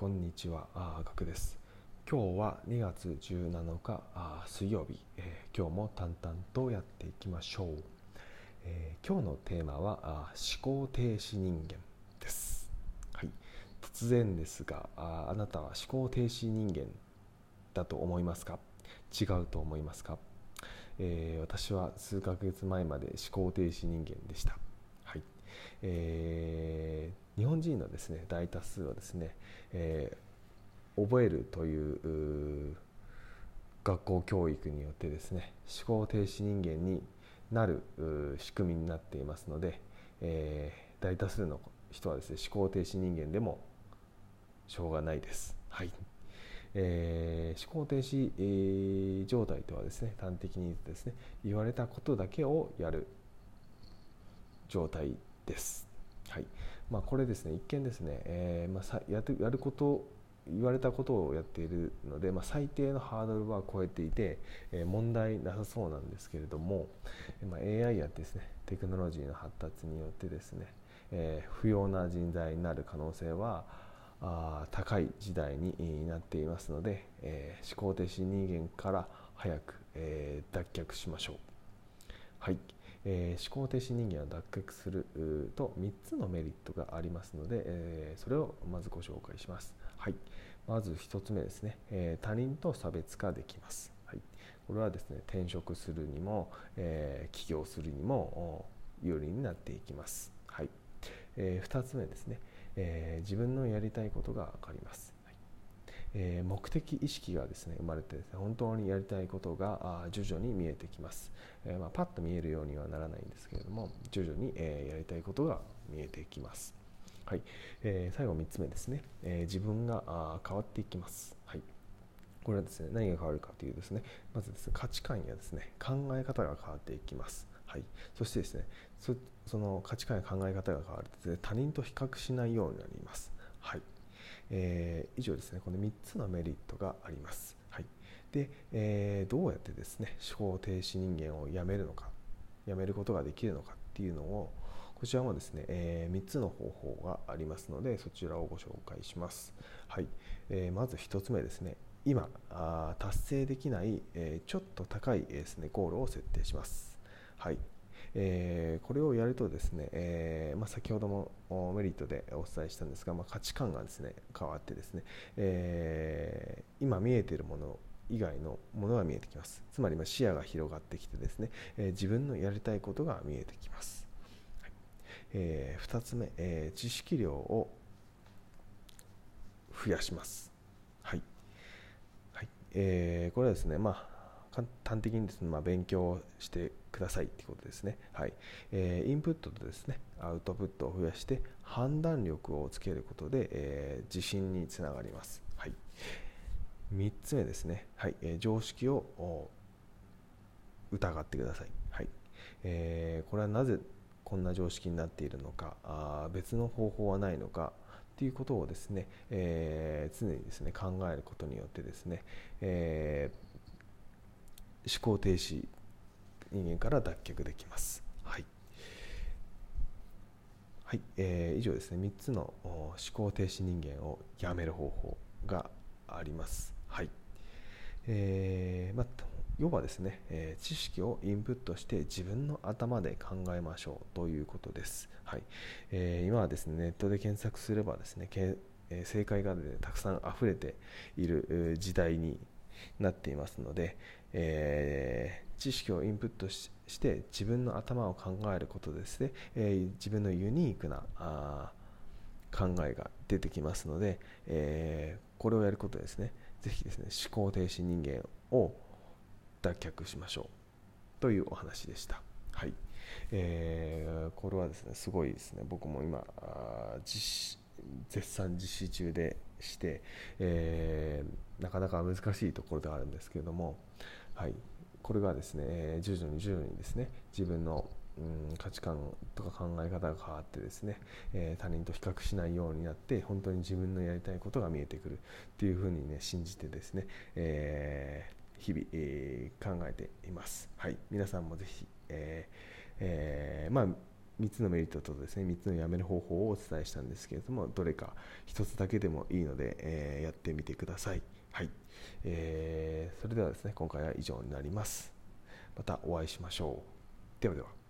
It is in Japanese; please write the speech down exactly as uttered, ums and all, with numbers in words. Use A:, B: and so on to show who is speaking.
A: こんにちは、あガクです。今日はにがつじゅうなのかあ水曜日、えー今日も淡々とやっていきましょう。えー今日のテーマはあ思考停止人間です。はい、突然ですがあ、あなたは思考停止人間だと思いますか？違うと思いますか？えー私は数ヶ月前まで思考停止人間でした。はい、えー日本人のですね大多数はですね、えー覚えるという学校教育によってですね思考停止人間になる仕組みになっていますので、えー大多数の人はですね思考停止人間でもしょうがないです。はい、えー思考停止、えー状態とはですね端的に言うとですね言われたことだけをやる状態です。はい、まあ、これですね一見ですね、えーまあ、さやるやること言われたことをやっているので、まあ、最低のハードルは超えていて、えー問題なさそうなんですけれども、まあ、エーアイ やですねテクノロジーの発達によってですね、えー不要な人材になる可能性はあ高い時代になっていますので、えー思考停止人間から早く、えー脱却しましょう。はい、えー思考停止人間を脱却するとみっつのメリットがありますので、えーそれをまずご紹介します。はい、まずひとつめですね、えー他人と差別化できます。はい、これはですね転職するにも、えー起業するにも有利になっていきます。はい、えーふたつめですね、えー自分のやりたいことが分かります。えー目的意識がですね生まれてですね本当にやりたいことがあ徐々に見えてきます。えーまあ、パッと見えるようにはならないんですけれども徐々に、えーやりたいことが見えてきます。はい、えー最後みっつめですね、えー自分があ変わっていきます。はい、これはですね何が変わるかというですねまずですね価値観やですね考え方が変わっていきます。はい、そしてですねそその価値観や考え方が変わるとですね他人と比較しないようになります。はい、えー以上ですねこのみっつのメリットがあります。はい、で、えーどうやってですね思考停止人間をやめるのかやめることができるのかっていうのをこちらもですね、えーみっつの方法がありますのでそちらをご紹介します。はい、えーまずひとつめですね今あ達成できない、えーちょっと高いですねゴールを設定します。はい、えーこれをやるとですね、えーまあ、先ほどもメリットでお伝えしたんですが、まあ、価値観がですね変わってですね、えー今見えているもの以外のものが見えてきます。つまりまあ視野が広がってきてですね、えー自分のやりたいことが見えてきます。はい、えーふたつめ、えー知識量を増やします。はい、はい、えーこれはですね、まあ、端的にですね、まあ、勉強してくださいということですね。はい、えーインプットとですね、アウトプットを増やして判断力をつけることで、えー自信につながります。はい、みっつめですね、はいえー常識を疑ってください。はい、えーこれはなぜこんな常識になっているのか、あ別の方法はないのかということをですね、えー常にですね考えることによってですね、えー思考停止人間から脱却できます。はい、はいえー以上ですねみっつの思考停止人間をやめる方法があります。はい、えーまあ、要はですね、えー知識をインプットして自分の頭で考えましょうということです。はいえー今はですねネットで検索すればですね、けえー正解が、ね、たくさん溢れているえー時代になっていますので、えー知識をインプットしして自分の頭を考えることですね、えー自分のユニークなあ考えが出てきますので、えーこれをやることですねぜひですね思考停止人間を脱却しましょうというお話でした。はい、えーこれはですねすごいですね僕も今あ実施絶賛実施中でして、えーなかなか難しいところではあるんですけれども、はい、これがですね、えー徐々に徐々にですね自分のうん価値観とか考え方が変わってですね、えー他人と比較しないようになって本当に自分のやりたいことが見えてくるっていうふうにね信じてですね、えー日々、えー考えています。はい、皆さんもぜひ、えーえーまあみっつのメリットとですねみっつのやめる方法をお伝えしたんですけれども、どれかひとつだけでもいいので、えー、やってみてください。はい、えー、それではですね今回は以上になります。またお会いしましょう。ではでは。